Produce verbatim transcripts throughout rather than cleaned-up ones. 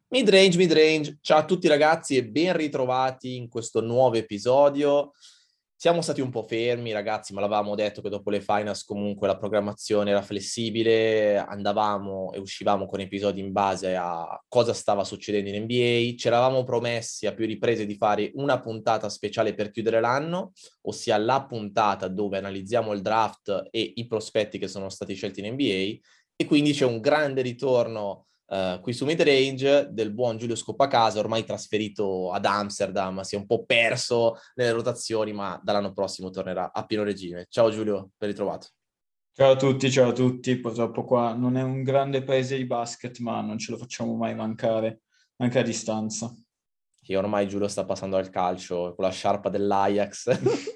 Midrange, midrange, ciao a tutti ragazzi e ben ritrovati in questo nuovo episodio. Siamo stati un po' fermi ragazzi, ma l'avevamo detto che dopo le finals comunque la programmazione era flessibile, andavamo e uscivamo con episodi in base a cosa stava succedendo in N B A. Ci eravamo promessi a più riprese di fare una puntata speciale per chiudere l'anno, ossia la puntata dove analizziamo il draft e i prospetti che sono stati scelti in N B A, e quindi c'è un grande ritorno Uh, qui su Midrange del buon Giulio Scoppacasa, ormai trasferito ad Amsterdam, si è un po' perso nelle rotazioni, ma dall'anno prossimo tornerà a pieno regime. Ciao Giulio, ben ritrovato. Ciao a tutti, ciao a tutti. Purtroppo qua non è un grande paese di basket, ma non ce lo facciamo mai mancare, anche a distanza. Che ormai Giulio sta passando al calcio con la sciarpa dell'Ajax,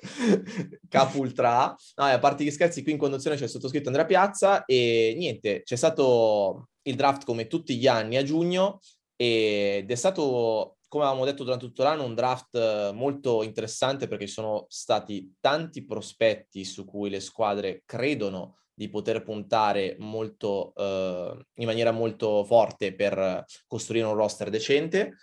capo ultra. No, a parte gli scherzi, qui in conduzione c'è il sottoscritto Andrea Piazza e niente, c'è stato il draft come tutti gli anni a giugno ed è stato, come avevamo detto durante tutto l'anno, un draft molto interessante perché ci sono stati tanti prospetti su cui le squadre credono di poter puntare molto, eh, in maniera molto forte per costruire un roster decente.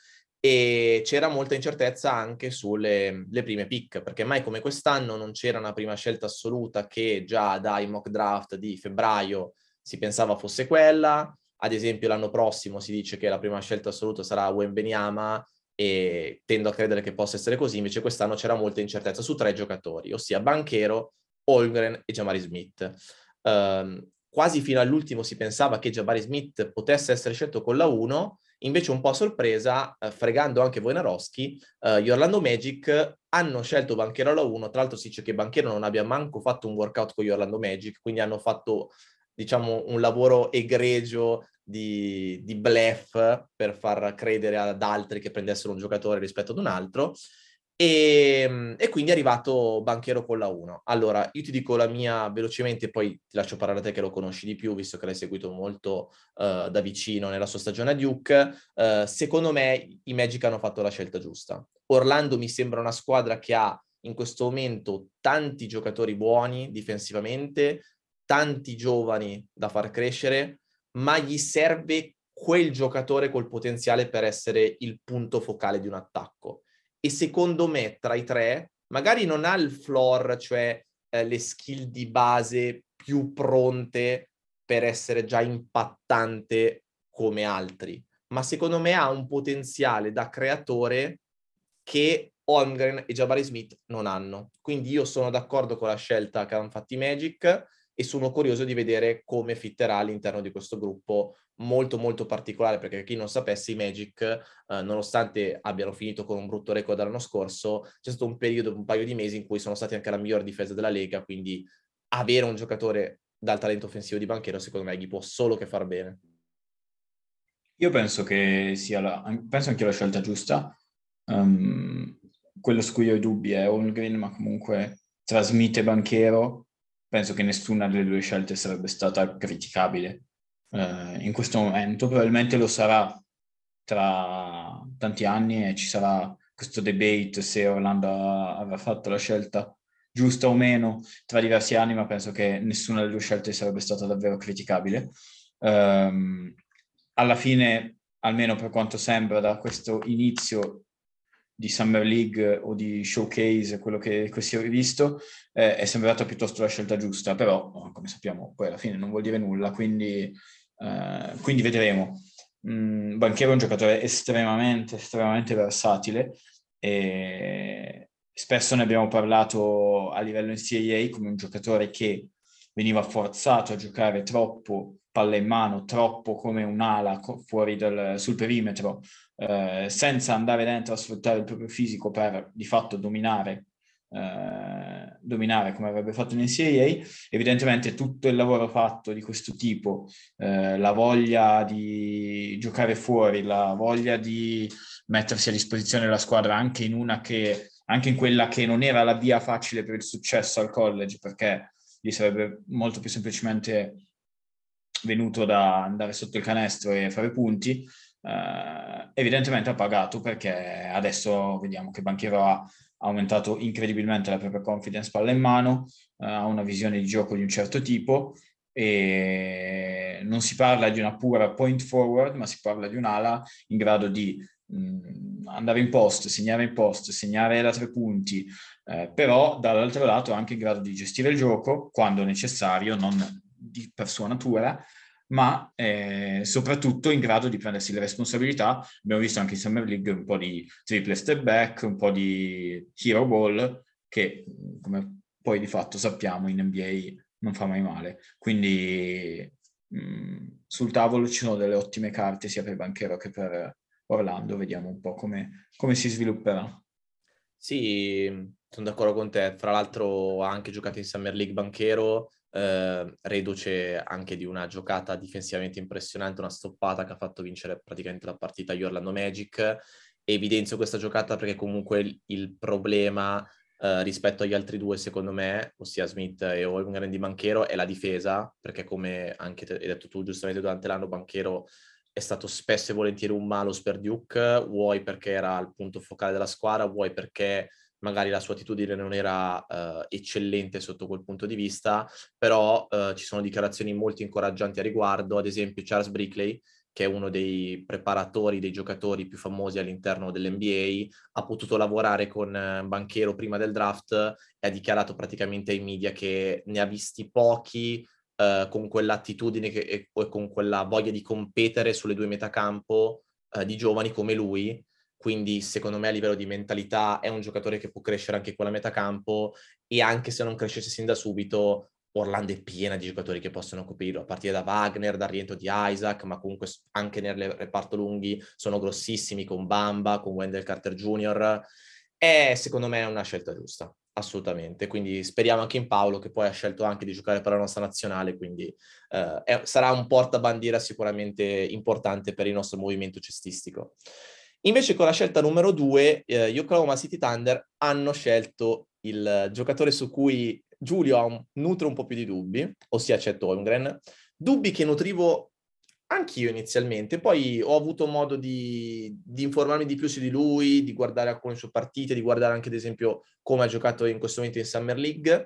E c'era molta incertezza anche sulle le prime pick, perché mai come quest'anno non c'era una prima scelta assoluta che già dai mock draft di febbraio si pensava fosse quella. Ad esempio l'anno prossimo si dice che la prima scelta assoluta sarà Wembanyama e tendo a credere che possa essere così, invece quest'anno c'era molta incertezza su tre giocatori, ossia Banchero, Holmgren e Jabari Smith. Um, quasi fino all'ultimo si pensava che Jabari Smith potesse essere scelto con la uno. Invece un po' a sorpresa, eh, fregando anche Wojnarowski, eh, gli Orlando Magic hanno scelto Banchero alla uno. Tra l'altro si dice che Banchero non abbia manco fatto un workout con gli Orlando Magic, quindi hanno fatto, diciamo, un lavoro egregio di, di bluff per far credere ad altri che prendessero un giocatore rispetto ad un altro. E, e quindi è arrivato Banchero con la uno. Allora, io ti dico la mia velocemente, poi ti lascio parlare a te che lo conosci di più, visto che l'hai seguito molto uh, da vicino nella sua stagione a Duke. Uh, secondo me i Magic hanno fatto la scelta giusta. Orlando mi sembra una squadra che ha in questo momento tanti giocatori buoni difensivamente, tanti giovani da far crescere, ma gli serve quel giocatore col potenziale per essere il punto focale di un attacco. E secondo me tra i tre magari non ha il floor, cioè eh, le skill di base più pronte per essere già impattante come altri, ma secondo me ha un potenziale da creatore che Holmgren e Jabari Smith non hanno. Quindi io sono d'accordo con la scelta che hanno fatto i Magic e sono curioso di vedere come fitterà all'interno di questo gruppo molto molto particolare, perché chi non sapesse i Magic, eh, nonostante abbiano finito con un brutto record l'anno scorso, c'è stato un periodo, un paio di mesi in cui sono stati anche la miglior difesa della Lega, quindi avere un giocatore dal talento offensivo di Banchero secondo me gli può solo che far bene. Io penso che sia la, penso anche la scelta giusta. Um, quello su cui ho i dubbi è Holmgren, ma comunque tra Smith e Banchero penso che nessuna delle due scelte sarebbe stata criticabile uh, in questo momento. Probabilmente lo sarà tra tanti anni e ci sarà questo debate se Orlando avrà fatto la scelta giusta o meno tra diversi anni, ma penso che nessuna delle due scelte sarebbe stata davvero criticabile. Um, alla fine, almeno per quanto sembra da questo inizio di Summer League o di Showcase, quello che, che si è rivisto, eh, è sembrata piuttosto la scelta giusta, però come sappiamo poi alla fine non vuol dire nulla, quindi, eh, quindi vedremo. Mm, Banchero è un giocatore estremamente, estremamente versatile e spesso ne abbiamo parlato a livello N C A A come un giocatore che veniva forzato a giocare troppo palla in mano, troppo come un'ala fuori dal, sul perimetro, eh, senza andare dentro a sfruttare il proprio fisico per di fatto dominare, eh, dominare come avrebbe fatto in N C A A. Evidentemente tutto il lavoro fatto di questo tipo, eh, la voglia di giocare fuori, la voglia di mettersi a disposizione della squadra anche in una che anche in quella che non era la via facile per il successo al college, perché gli sarebbe molto più semplicemente venuto da andare sotto il canestro e fare punti, eh, evidentemente ha pagato, perché adesso vediamo che Banchero ha aumentato incredibilmente la propria confidence palla in mano, eh, ha una visione di gioco di un certo tipo e non si parla di una pura point forward, ma si parla di un'ala in grado di mh, andare in post, segnare in post, segnare da tre punti, eh, però dall'altro lato anche in grado di gestire il gioco quando necessario, non di per sua natura, ma eh, soprattutto in grado di prendersi le responsabilità. Abbiamo visto anche in Summer League un po' di triple step back, un po' di hero ball, che come poi di fatto sappiamo in N B A non fa mai male. Quindi mh, sul tavolo ci sono delle ottime carte sia per Banchero che per Orlando, vediamo un po' come, come si svilupperà. Sì, sono d'accordo con te. Fra l'altro ha anche giocato in Summer League Banchero, eh, reduce anche di una giocata difensivamente impressionante, una stoppata che ha fatto vincere praticamente la partita agli Orlando Magic. Evidenzio questa giocata perché comunque il, il problema eh, rispetto agli altri due, secondo me, ossia Smith e Holmgren di Banchero, è la difesa, perché come anche te, hai detto tu giustamente durante l'anno, Banchero è stato spesso e volentieri un malus per Duke, vuoi perché era il punto focale della squadra, vuoi perché magari la sua attitudine non era uh, eccellente sotto quel punto di vista, però uh, ci sono dichiarazioni molto incoraggianti a riguardo, ad esempio Charles Brickley, che è uno dei preparatori dei giocatori più famosi all'interno dell'N B A, ha potuto lavorare con uh, Banchero prima del draft e ha dichiarato praticamente ai media che ne ha visti pochi Uh, con quell'attitudine che, e, e con quella voglia di competere sulle due metacampo uh, di giovani come lui. Quindi secondo me a livello di mentalità è un giocatore che può crescere anche con la metacampo, e anche se non crescesse sin da subito, Orlando è piena di giocatori che possono coprirlo, a partire da Wagner, dal rientro di Isaac, ma comunque anche nel reparto lunghi sono grossissimi con Bamba, con Wendell Carter Junior E secondo me è una scelta giusta, assolutamente. Quindi speriamo anche in Paolo, che poi ha scelto anche di giocare per la nostra nazionale, quindi eh, è, sarà un portabandiera sicuramente importante per il nostro movimento cestistico. Invece con la scelta numero due, eh, gli Oklahoma City Thunder hanno scelto il giocatore su cui Giulio ha un, nutre un po' più di dubbi, ossia Chet Holmgren. Dubbi che nutrivo anch'io inizialmente, poi ho avuto modo di, di informarmi di più su di lui, di guardare alcune sue partite, di guardare anche ad esempio come ha giocato in questo momento in Summer League.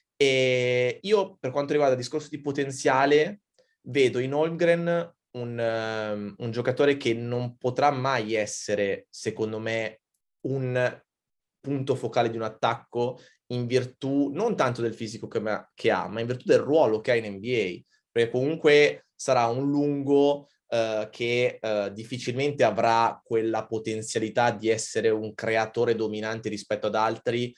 E io, per quanto riguarda il discorso di potenziale, vedo in Holmgren un, um, un giocatore che non potrà mai essere, secondo me, un punto focale di un attacco in virtù non tanto del fisico che, che ha, ma in virtù del ruolo che ha in N B A, perché comunque sarà un lungo uh, che uh, difficilmente avrà quella potenzialità di essere un creatore dominante rispetto ad altri,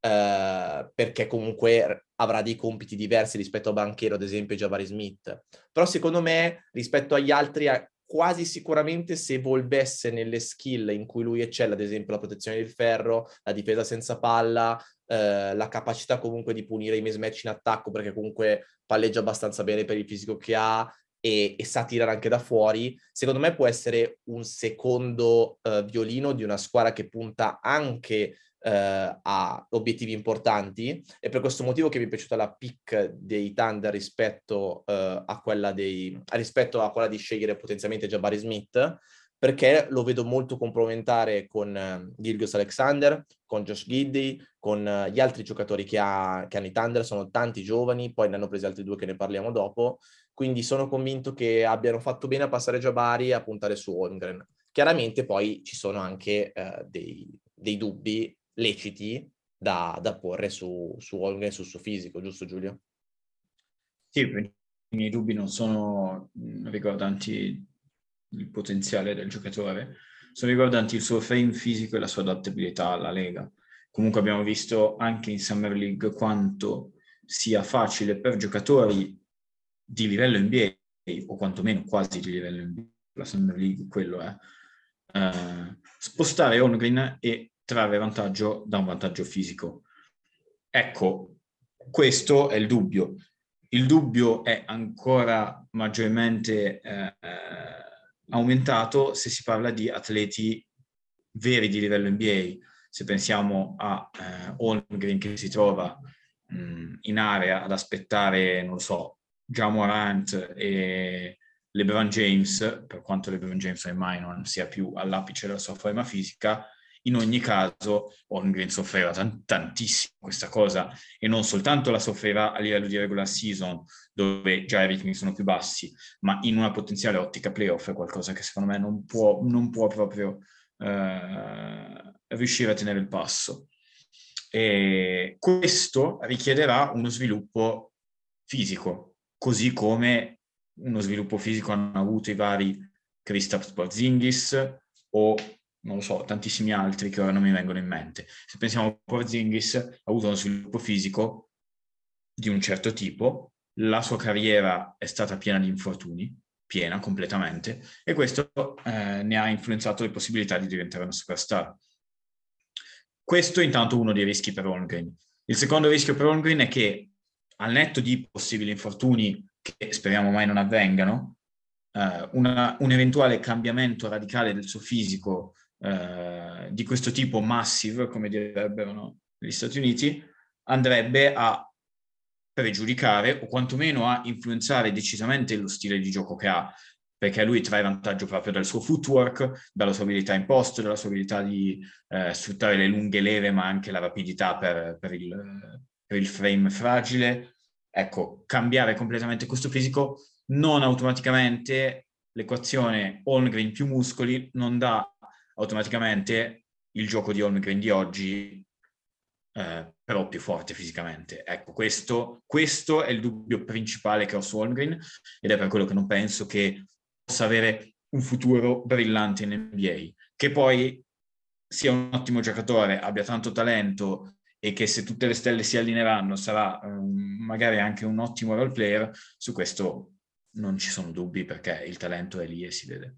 Uh, perché comunque avrà dei compiti diversi rispetto a Banchero, ad esempio, e Jabari Smith. Però secondo me, rispetto agli altri, quasi sicuramente se evolvesse nelle skill in cui lui eccella, ad esempio la protezione del ferro, la difesa senza palla, uh, la capacità comunque di punire i mismatch in attacco, perché comunque palleggia abbastanza bene per il fisico che ha, e, e sa tirare anche da fuori, secondo me può essere un secondo uh, violino di una squadra che punta anche Uh, a obiettivi importanti, e per questo motivo che mi è piaciuta la pick dei Thunder rispetto, uh, a quella dei, rispetto a quella di scegliere potenzialmente Jabari Smith, perché lo vedo molto complementare con uh, Gilgeous-Alexander, con Josh Giddey, con uh, gli altri giocatori che, ha, che hanno i Thunder. Sono tanti giovani, poi ne hanno presi altri due che ne parliamo dopo, quindi sono convinto che abbiano fatto bene a passare Jabari e a puntare su Holmgren. Chiaramente poi ci sono anche uh, dei, dei dubbi leciti da, da porre su, su Holmgren e sul suo fisico, giusto Giulio? Sì, i miei dubbi non sono riguardanti il potenziale del giocatore, sono riguardanti il suo frame fisico e la sua adattabilità alla Lega. Comunque abbiamo visto anche in Summer League quanto sia facile per giocatori di livello N B A, o quantomeno quasi di livello N B A, la Summer League quello è, eh, spostare Holmgren e trarre vantaggio da un vantaggio fisico. Ecco, questo è il dubbio. Il dubbio è ancora maggiormente eh, aumentato se si parla di atleti veri di livello N B A. Se pensiamo a eh, Holmgren che si trova mh, in area ad aspettare, non so, Ja Morant e LeBron James, per quanto LeBron James ormai non sia più all'apice della sua forma fisica, In ogni caso, Holmgren soffriva t- tantissimo questa cosa, e non soltanto la soffriva a livello di regular season, dove già i ritmi sono più bassi, ma in una potenziale ottica playoff è qualcosa che secondo me non può, non può proprio eh, riuscire a tenere il passo. E questo richiederà uno sviluppo fisico, così come uno sviluppo fisico hanno avuto i vari Kristaps Porzingis o, non lo so, tantissimi altri che ora non mi vengono in mente. Se pensiamo a Porzingis, ha avuto uno sviluppo fisico di un certo tipo, la sua carriera è stata piena di infortuni, piena completamente, e questo eh, ne ha influenzato le possibilità di diventare una superstar. Questo intanto uno dei rischi per Holmgren. Il secondo rischio per Holmgren è che, al netto di possibili infortuni che speriamo mai non avvengano, eh, una, un eventuale cambiamento radicale del suo fisico eh, di questo tipo massive, come direbbero gli Stati Uniti, andrebbe a pregiudicare o quantomeno a influenzare decisamente lo stile di gioco che ha, perché lui trae vantaggio proprio dal suo footwork, dalla sua abilità in post, dalla sua abilità di eh, sfruttare le lunghe leve, ma anche la rapidità per, per, il, per il frame fragile. Ecco, cambiare completamente questo fisico non automaticamente l'equazione Holmgren più muscoli non dà automaticamente il gioco di Holmgren di oggi, eh, però più forte fisicamente. Ecco, questo, questo è il dubbio principale che ho su Holmgren, ed è per quello che non penso che possa avere un futuro brillante in N B A. Che poi sia un ottimo giocatore, abbia tanto talento e che se tutte le stelle si allineeranno sarà um, magari anche un ottimo role player, su questo non ci sono dubbi, perché il talento è lì e si vede.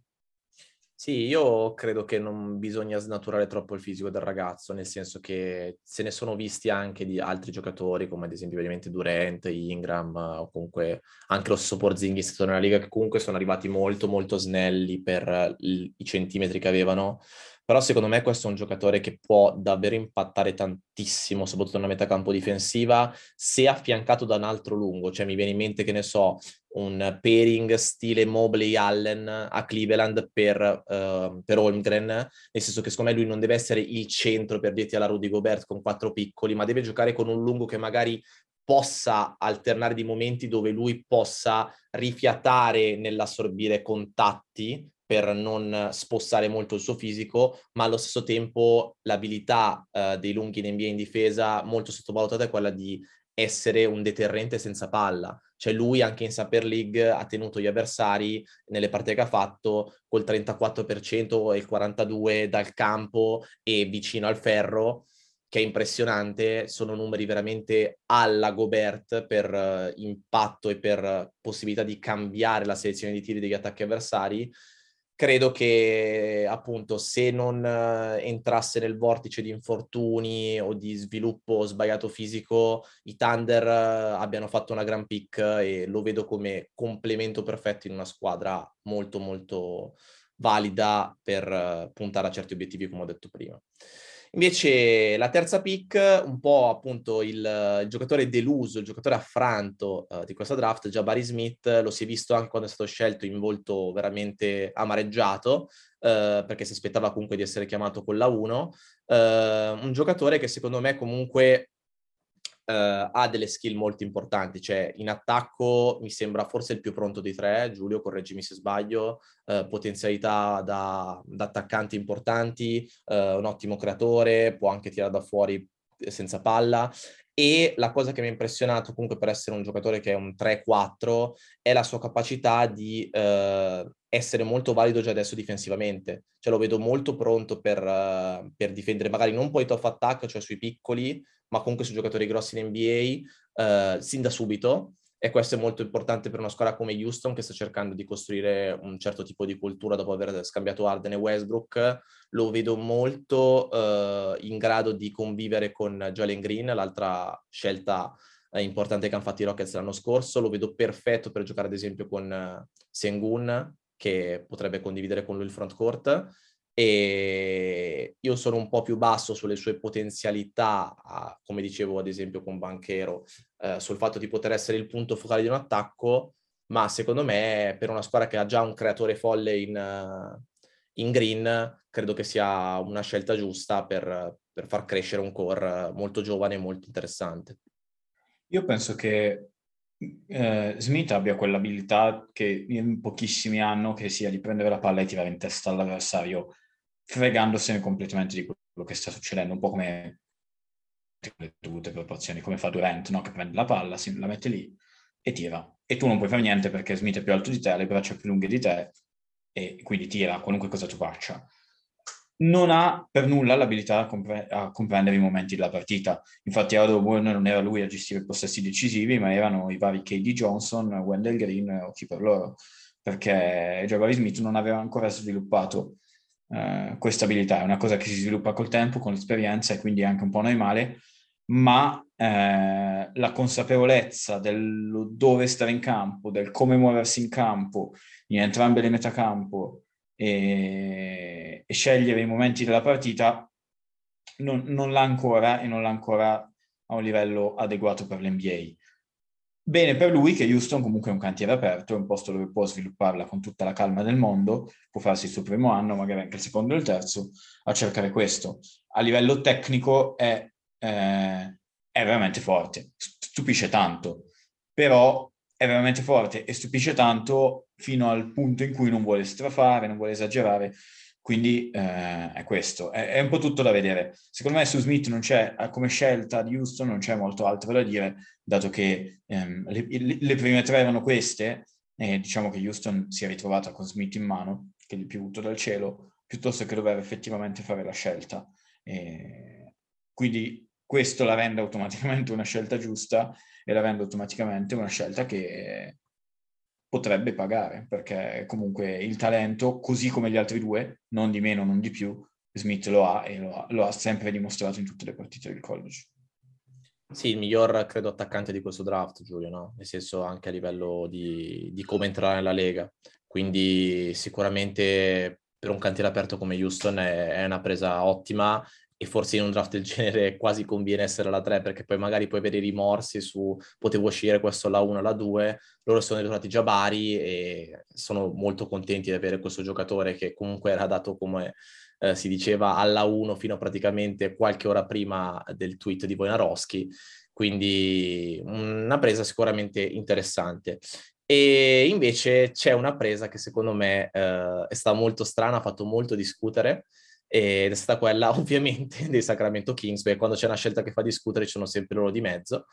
Sì, io credo che non bisogna snaturare troppo il fisico del ragazzo, nel senso che se ne sono visti anche di altri giocatori, come ad esempio ovviamente Durant, Ingram, o comunque anche lo stesso Porzingis stato nella Liga, che comunque sono arrivati molto molto snelli per i centimetri che avevano. Però secondo me questo è un giocatore che può davvero impattare tantissimo, soprattutto nella metà campo difensiva, se affiancato da un altro lungo. Cioè mi viene in mente, che ne so, un pairing stile Mobley-Allen a Cleveland per, uh, per Holmgren, nel senso che secondo me lui non deve essere il centro, per dirti, alla Rudy Gobert con quattro piccoli, ma deve giocare con un lungo che magari possa alternare di momenti dove lui possa rifiatare nell'assorbire contatti per non spostare molto il suo fisico, ma allo stesso tempo l'abilità uh, dei lunghi in N B A in difesa, molto sottovalutata, è quella di essere un deterrente senza palla. Cioè lui anche in Summer League ha tenuto gli avversari nelle partite che ha fatto col trentaquattro per cento e il quarantadue per cento dal campo e vicino al ferro, che è impressionante. Sono numeri veramente alla Gobert per uh, impatto e per uh, possibilità di cambiare la selezione di tiri degli attacchi avversari. Credo che appunto se non uh, entrasse nel vortice di infortuni o di sviluppo sbagliato fisico, i Thunder uh, abbiano fatto una gran pick, e lo vedo come complemento perfetto in una squadra molto molto valida per uh, puntare a certi obiettivi, come ho detto prima. Invece la terza pick, un po' appunto il, il giocatore deluso, il giocatore affranto uh, di questa draft, Jabari Smith, lo si è visto anche quando è stato scelto in volto veramente amareggiato, uh, perché si aspettava comunque di essere chiamato con la uno, uh, un giocatore che secondo me comunque Uh, ha delle skill molto importanti. Cioè in attacco mi sembra forse il più pronto dei tre. Giulio, correggimi se sbaglio, uh, potenzialità da, da attaccanti importanti, uh, un ottimo creatore, può anche tirare da fuori senza palla, e la cosa che mi ha impressionato comunque per essere un giocatore che è un tre quattro è la sua capacità di uh, essere molto valido già adesso difensivamente. Cioè lo vedo molto pronto per, uh, per difendere magari non point of attack, cioè sui piccoli, ma comunque su giocatori grossi in N B A, uh, sin da subito. E questo è molto importante per una squadra come Houston, che sta cercando di costruire un certo tipo di cultura dopo aver scambiato Harden e Westbrook. Lo vedo molto uh, in grado di convivere con Jalen Green, l'altra scelta uh, importante che hanno fatto i Rockets l'anno scorso. Lo vedo perfetto per giocare ad esempio con uh, Sengun, che potrebbe condividere con lui il front court. E io sono un po' più basso sulle sue potenzialità, come dicevo ad esempio con Banchero, eh, sul fatto di poter essere il punto focale di un attacco, ma secondo me per una squadra che ha già un creatore folle in, uh, in Green credo che sia una scelta giusta per, per far crescere un core molto giovane e molto interessante. Io penso che eh, Smith abbia quell'abilità che in pochissimi hanno, che sia di prendere la palla e tirare in testa all'avversario, fregandosene completamente di quello che sta succedendo, un po' come le dovute proporzioni, come fa Durant, no? Che prende la palla, si, la mette lì e tira. E tu non puoi fare niente perché Smith è più alto di te, ha le braccia più lunghe di te, e quindi tira qualunque cosa tu faccia. Non ha per nulla l'abilità a, compre- a comprendere i momenti della partita. Infatti a Auburn non era lui a gestire i possessi decisivi, ma erano i vari K D Johnson, Wendell Green o chi per loro, perché Jabari Smith non aveva ancora sviluppato eh, questa abilità. È una cosa che si sviluppa col tempo, con l'esperienza, e quindi è anche un po' normale, ma eh, la consapevolezza del dove stare in campo, del come muoversi in campo, in entrambe le metacampo, e, e scegliere i momenti della partita non, non l'ha ancora, e non l'ha ancora a un livello adeguato per l'N B A. Bene per lui che Houston comunque è un cantiere aperto, è un posto dove può svilupparla con tutta la calma del mondo, può farsi il suo primo anno, magari anche il secondo e il terzo, a cercare questo. A livello tecnico è, eh, è veramente forte, stupisce tanto, però è veramente forte e stupisce tanto fino al punto in cui non vuole strafare, non vuole esagerare, quindi eh, è questo, è, è un po' tutto da vedere. Secondo me su Smith non c'è, come scelta di Houston, non c'è molto altro da dire, dato che ehm, le, le, prime tre erano queste, e diciamo che Houston si è ritrovata con Smith in mano, che gli è piovuto dal cielo, piuttosto che dover effettivamente fare la scelta. E quindi questo la rende automaticamente una scelta giusta, e la rende automaticamente una scelta che potrebbe pagare, perché comunque il talento, così come gli altri due, non di meno, non di più, Smith lo ha, e lo ha, lo ha sempre dimostrato in tutte le partite del college. Sì, il miglior, credo, attaccante di questo draft, Giulio, no? Nel senso anche a livello di, di come entrare nella Lega. Quindi sicuramente per un cantiere aperto come Houston è, è una presa ottima, e forse in un draft del genere quasi conviene essere alla tre, perché poi magari puoi avere i rimorsi su potevo scegliere questo alla uno, alla due. Loro sono ritornati già Bari e sono molto contenti di avere questo giocatore che comunque era dato come... Eh, si diceva alla uno fino a praticamente qualche ora prima del tweet di Wojnarowski, quindi una presa sicuramente interessante. E invece c'è una presa che secondo me eh, è stata molto strana, ha fatto molto discutere, ed è stata quella ovviamente dei Sacramento Kings, perché quando c'è una scelta che fa discutere ci sono sempre loro di mezzo,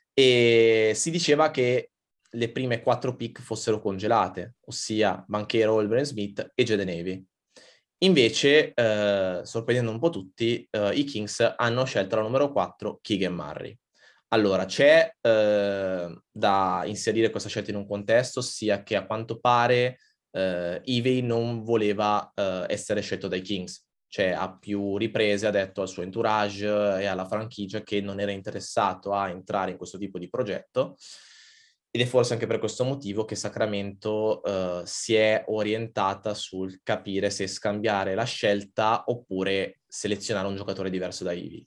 e si diceva che le prime quattro pick fossero congelate, ossia Banchero, Holmgren Smith e Jaden Ivey. Invece, eh, sorprendendo un po' tutti, eh, i Kings hanno scelto la numero quattro, Keegan Murray. Allora, c'è eh, da inserire questa scelta in un contesto, sia che a quanto pare eh, Ivey non voleva eh, essere scelto dai Kings, cioè a più riprese ha detto al suo entourage e alla franchigia che non era interessato a entrare in questo tipo di progetto. Ed è forse anche per questo motivo che Sacramento eh, si è orientata sul capire se scambiare la scelta oppure selezionare un giocatore diverso da Ivey.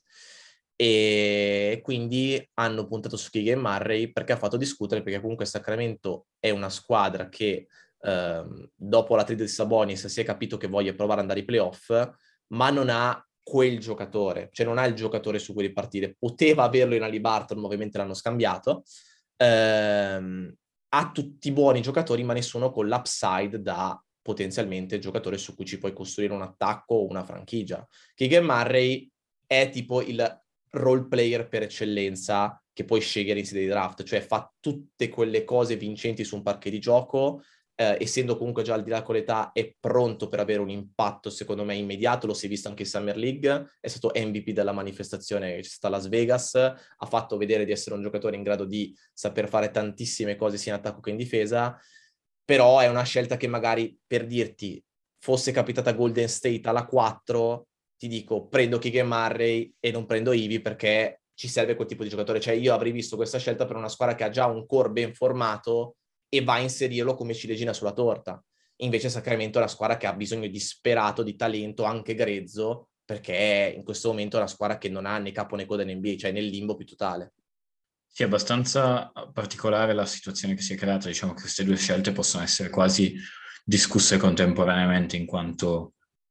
E quindi hanno puntato su Keegan Murray perché ha fatto discutere, perché comunque Sacramento è una squadra che ehm, dopo la trade di Sabonis si è capito che voglia provare ad andare ai playoff, ma non ha quel giocatore, cioè non ha il giocatore su cui ripartire. Poteva averlo in Haliburton, ma ovviamente l'hanno scambiato. Ehm, ha tutti buoni giocatori, ma nessuno con l'upside da potenzialmente giocatore su cui ci puoi costruire un attacco o una franchigia. Keegan Murray è tipo il role player per eccellenza che puoi scegliere in sede di draft, cioè fa tutte quelle cose vincenti su un parquet di gioco, eh, essendo comunque già al di là con l'età, è pronto per avere un impatto secondo me immediato. Lo si è visto anche in Summer League, è stato M V P della manifestazione che c'è stata a Las Vegas, ha fatto vedere di essere un giocatore in grado di saper fare tantissime cose sia in attacco che in difesa, però è una scelta che magari, per dirti, fosse capitata a Golden State alla quattro, ti dico prendo Keegan Murray e non prendo Ivey, perché ci serve quel tipo di giocatore. Cioè io avrei visto questa scelta per una squadra che ha già un core ben formato e va a inserirlo come ciliegina sulla torta. Invece Sacramento è una squadra che ha bisogno disperato di talento, anche grezzo, perché in questo momento è una squadra che non ha né capo né coda in N B A, cioè nel limbo più totale. Sì, è abbastanza particolare la situazione che si è creata. Diciamo che queste due scelte possono essere quasi discusse contemporaneamente, in quanto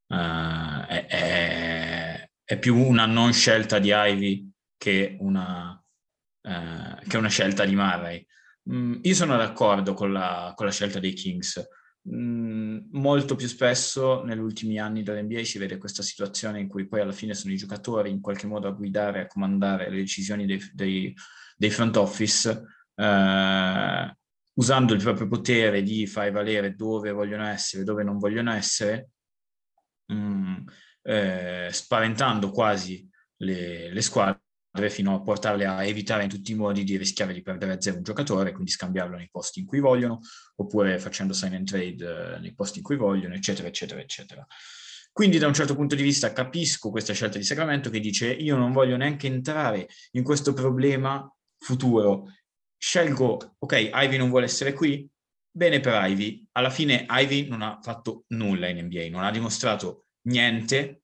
uh, è, è, è più una non scelta di Ivy che una, uh, che una scelta di Murray. Mm, io sono d'accordo con la, con la scelta dei Kings. Mm, molto più spesso negli ultimi anni dell'N B A si vede questa situazione in cui poi alla fine sono i giocatori in qualche modo a guidare, a comandare le decisioni dei, dei, dei front office, eh, usando il proprio potere di far valere dove vogliono essere, dove non vogliono essere, mh, eh, spaventando quasi le, le squadre fino a portarle a evitare in tutti i modi di rischiare di perdere a zero un giocatore, quindi scambiarlo nei posti in cui vogliono, oppure facendo sign and trade eh, nei posti in cui vogliono, eccetera, eccetera, eccetera. Quindi da un certo punto di vista capisco questa scelta di Sacramento che dice io non voglio neanche entrare in questo problema futuro. Scelgo, ok, Ivy non vuole essere qui, bene per Ivy. Alla fine Ivy non ha fatto nulla in N B A, non ha dimostrato niente.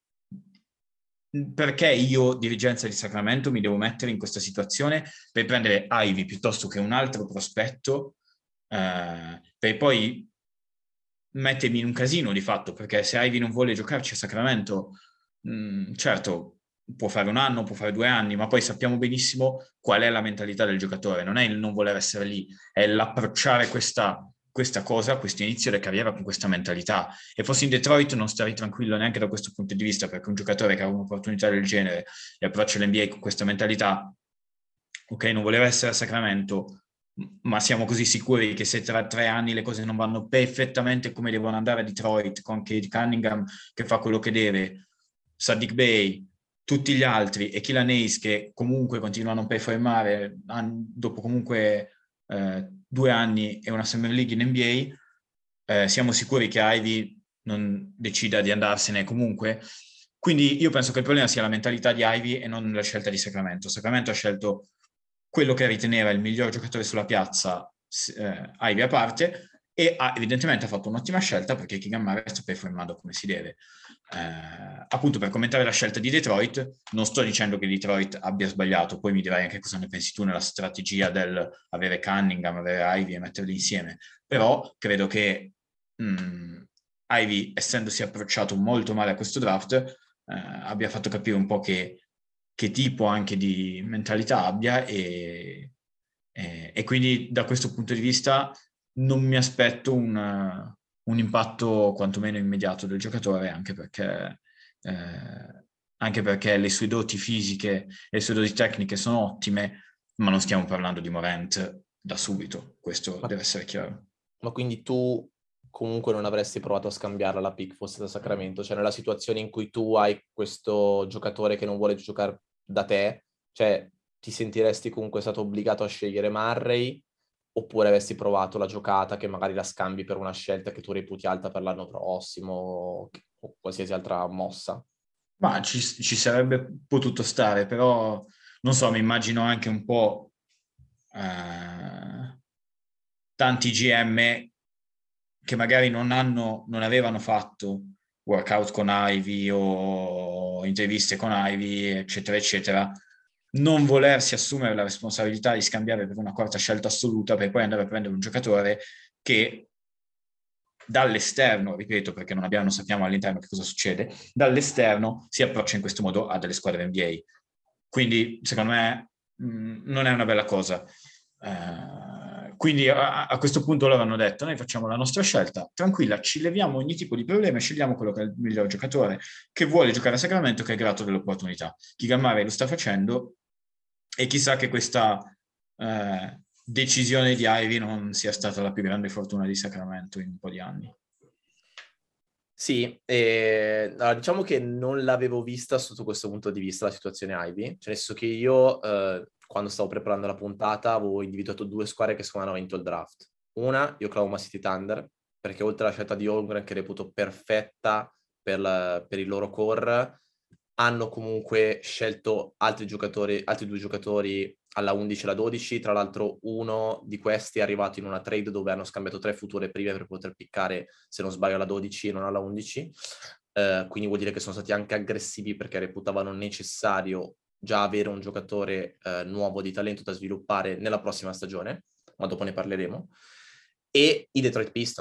Perché io, dirigenza di Sacramento, mi devo mettere in questa situazione per prendere Ivy piuttosto che un altro prospetto, eh, per poi mettermi in un casino di fatto, perché se Ivy non vuole giocarci a Sacramento, mh, certo, può fare un anno, può fare due anni, ma poi sappiamo benissimo qual è la mentalità del giocatore, non è il non voler essere lì, è l'approcciare questa, questa cosa, questo inizio di carriera con questa mentalità. E fossi in Detroit non starei tranquillo neanche da questo punto di vista, perché un giocatore che ha un'opportunità del genere e approccia l'N B A con questa mentalità, ok, non voleva essere a Sacramento, ma siamo così sicuri che se tra tre anni le cose non vanno perfettamente come devono andare a Detroit, con Cade Cunningham che fa quello che deve, Saddiq Bey, tutti gli altri e Killian Hayes che comunque continuano a non performare dopo comunque eh, due anni e una Summer League in N B A, eh, siamo sicuri che Ivy non decida di andarsene comunque. Quindi io penso che il problema sia la mentalità di Ivy e non la scelta di Sacramento. Sacramento ha scelto quello che riteneva il miglior giocatore sulla piazza, eh, Ivy a parte, e ha evidentemente fatto un'ottima scelta perché Keegan Murray sta performando come si deve. Eh, appunto per commentare la scelta di Detroit, non sto dicendo che Detroit abbia sbagliato, poi mi dirai anche cosa ne pensi tu nella strategia del avere Cunningham, avere Ivy e metterli insieme, però credo che mh, Ivy, essendosi approcciato molto male a questo draft, eh, abbia fatto capire un po' che che tipo anche di mentalità abbia e, e, e quindi da questo punto di vista non mi aspetto un, un impatto quantomeno immediato del giocatore, anche perché, eh, anche perché le sue doti fisiche e le sue doti tecniche sono ottime, ma non stiamo parlando di Morant da subito, questo Ma, deve essere chiaro. ma quindi tu comunque non avresti provato a scambiarla la pick fosse da Sacramento? Cioè nella situazione in cui tu hai questo giocatore che non vuole giocare da te, cioè ti sentiresti comunque stato obbligato a scegliere Murray oppure avresti provato la giocata che magari la scambi per una scelta che tu reputi alta per l'anno prossimo o, o qualsiasi altra mossa? Ma ci, ci sarebbe potuto stare, però non so, mi immagino anche un po' eh, tanti G M che magari non hanno, non avevano fatto workout con Ivy o interviste con Ivy, eccetera, eccetera, non volersi assumere la responsabilità di scambiare per una quarta scelta assoluta per poi andare a prendere un giocatore che dall'esterno, ripeto perché non abbiamo, non sappiamo all'interno che cosa succede, dall'esterno si approccia in questo modo a delle squadre N B A. Quindi secondo me mh, non è una bella cosa. Eh, quindi a, a questo punto loro hanno detto noi facciamo la nostra scelta, tranquilla, ci leviamo ogni tipo di problema e scegliamo quello che è il miglior giocatore, che vuole giocare a Sacramento, che è grato dell'opportunità. Keegan Murray lo sta facendo e chissà che questa eh, decisione di Ivy non sia stata la più grande fortuna di Sacramento in un po' di anni. Sì, e, allora, diciamo che non l'avevo vista sotto questo punto di vista la situazione Ivy, cioè nel senso che io eh, quando stavo preparando la puntata avevo individuato due squadre che secondo me hanno vinto il draft. Una, io Oklahoma City Thunder, perché oltre alla scelta di Holmgren che reputo perfetta per, la, per il loro core, hanno comunque scelto altri giocatori, altri due giocatori alla undici e alla dodici, tra l'altro uno di questi è arrivato in una trade dove hanno scambiato tre future prime per poter piccare, se non sbaglio, alla dodici e non alla undici, uh, quindi vuol dire che sono stati anche aggressivi perché reputavano necessario già avere un giocatore uh, nuovo di talento da sviluppare nella prossima stagione, ma dopo ne parleremo, e i Detroit Pistons.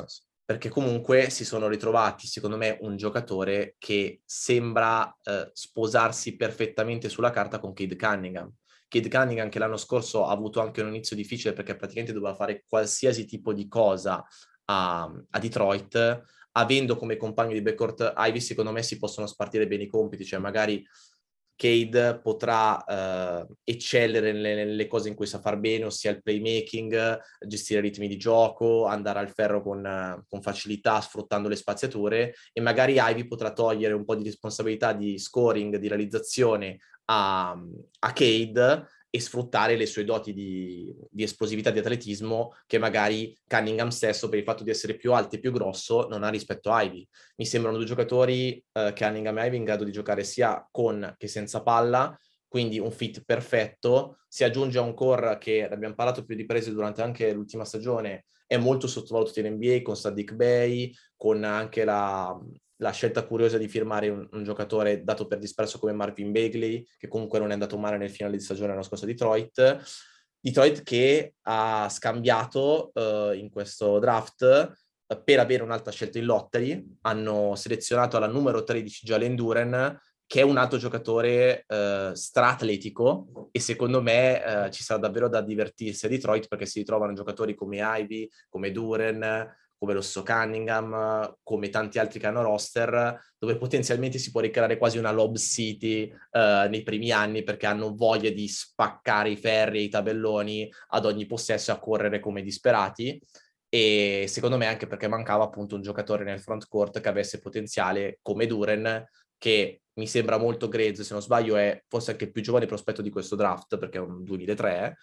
perché comunque si sono ritrovati, secondo me, un giocatore che sembra eh, sposarsi perfettamente sulla carta con Cade Cunningham. Cade Cunningham che l'anno scorso ha avuto anche un inizio difficile perché praticamente doveva fare qualsiasi tipo di cosa a, a Detroit, avendo come compagno di backcourt Ivy, secondo me si possono spartire bene i compiti, cioè magari Cade potrà eh, eccellere nelle, nelle cose in cui sa far bene, ossia il playmaking, gestire ritmi di gioco, andare al ferro con, con facilità, sfruttando le spaziature, e magari Ivy potrà togliere un po' di responsabilità di scoring, di realizzazione a, a Cade e sfruttare le sue doti di, di esplosività, di atletismo, che magari Cunningham stesso, per il fatto di essere più alto e più grosso, non ha rispetto a Ivy. Mi sembrano due giocatori, eh, Cunningham e Ivy, in grado di giocare sia con che senza palla, quindi un fit perfetto. Si aggiunge a un core che, ne abbiamo parlato più di prese durante anche l'ultima stagione, è molto sottovalutato in N B A, con Saddiq Bey, con anche la, la scelta curiosa di firmare un, un giocatore dato per disperso come Marvin Bagley, che comunque non è andato male nel finale di stagione l'anno scorso a Detroit. Detroit che ha scambiato uh, in questo draft uh, per avere un'altra scelta in lottery. Hanno selezionato alla numero tredici Jalen Duren, che è un altro giocatore uh, stra-atletico, e secondo me uh, ci sarà davvero da divertirsi a Detroit, perché si ritrovano giocatori come Ivy, come Duren, come lo stesso Cunningham, come tanti altri che hanno roster, dove potenzialmente si può ricreare quasi una Lob City eh, nei primi anni, perché hanno voglia di spaccare i ferri e i tabelloni ad ogni possesso e a correre come disperati. E secondo me anche perché mancava appunto un giocatore nel front court che avesse potenziale come Duren, che mi sembra molto grezzo, se non sbaglio è forse anche il più giovane prospetto di questo draft, perché è un duemilatré,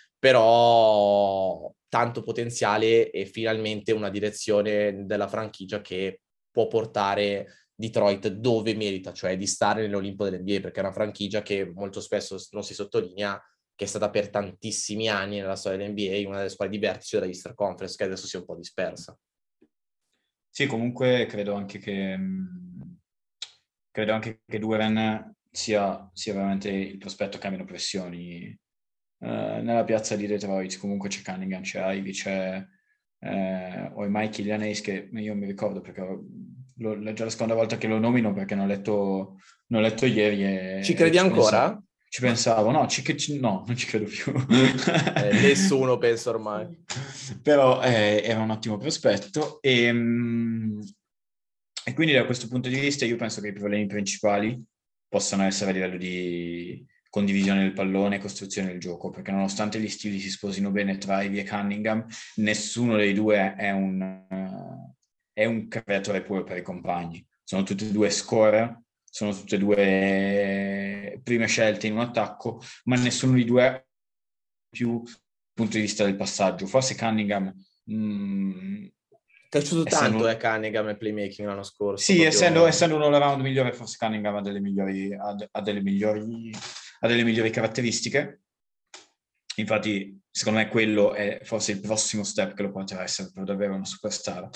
però tanto potenziale e finalmente una direzione della franchigia che può portare Detroit dove merita, cioè di stare nell'Olimpo dell'N B A, perché è una franchigia che molto spesso non si sottolinea, che è stata per tantissimi anni nella storia dell'N B A una delle squadre di vertice della Eastern Conference, che adesso si è un po' dispersa. Sì, comunque credo anche che mh, credo anche che Duren sia, sia veramente il prospetto che ha meno pressioni Uh, nella piazza di Detroit. Comunque c'è Cunningham, c'è Ivy, c'è eh, ormai Killian Hayes, che io mi ricordo perché lo, è già la seconda volta che lo nomino, perché non ho letto, non ho letto ieri e, Ci e credi ci ancora? Pensavo, ci pensavo, no, ci, ci, no, non ci credo più. eh, nessuno pensa ormai. Però eh, era un ottimo prospetto e, mh, e quindi da questo punto di vista io penso che i problemi principali possano essere a livello di condivisione del pallone e costruzione del gioco, perché nonostante gli stili si sposino bene tra Ivy e Cunningham, nessuno dei due è un, uh, è un creatore puro per i compagni. Sono tutti e due scorer, sono tutte e due prime scelte in un attacco, ma nessuno di due ha più dal punto di vista del passaggio. Forse Cunningham mh, È piaciuto essendo... tanto eh, Cunningham e playmaking l'anno scorso. Sì, Proprio... essendo, essendo un all-around migliore, forse Cunningham ha delle migliori, ha, ha delle migliori, ha delle migliori caratteristiche. Infatti, secondo me quello è forse il prossimo step che lo porterà a essere per davvero una superstar.